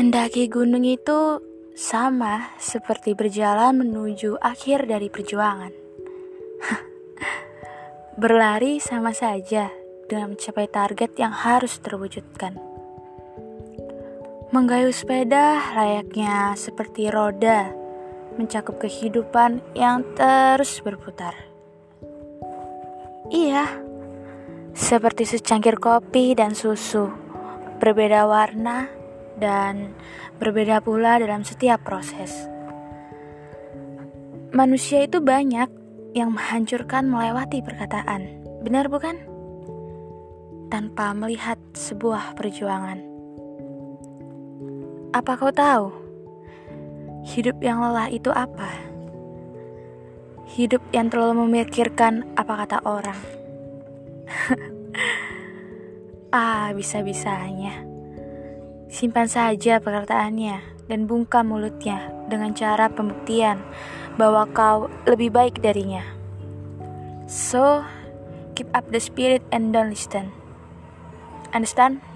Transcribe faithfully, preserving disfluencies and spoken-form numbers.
Mendaki gunung itu sama seperti berjalan menuju akhir dari perjuangan. Berlari sama saja dengan mencapai target yang harus terwujudkan. Menggayuh sepeda layaknya seperti roda mencakup kehidupan yang terus berputar. Iya, seperti secangkir kopi dan susu, berbeda warna dan berbeda pula dalam setiap proses. Manusia itu banyak yang menghancurkan melewati perkataan, benar bukan? Tanpa melihat sebuah perjuangan. Apa kau tahu? Hidup yang lelah itu apa? Hidup yang terlalu memikirkan apa kata orang. ah, bisa-bisanya. Simpan saja perkataannya dan bungkam mulutnya dengan cara pembuktian bahwa kau lebih baik darinya. So, keep up the spirit and don't listen. Understand?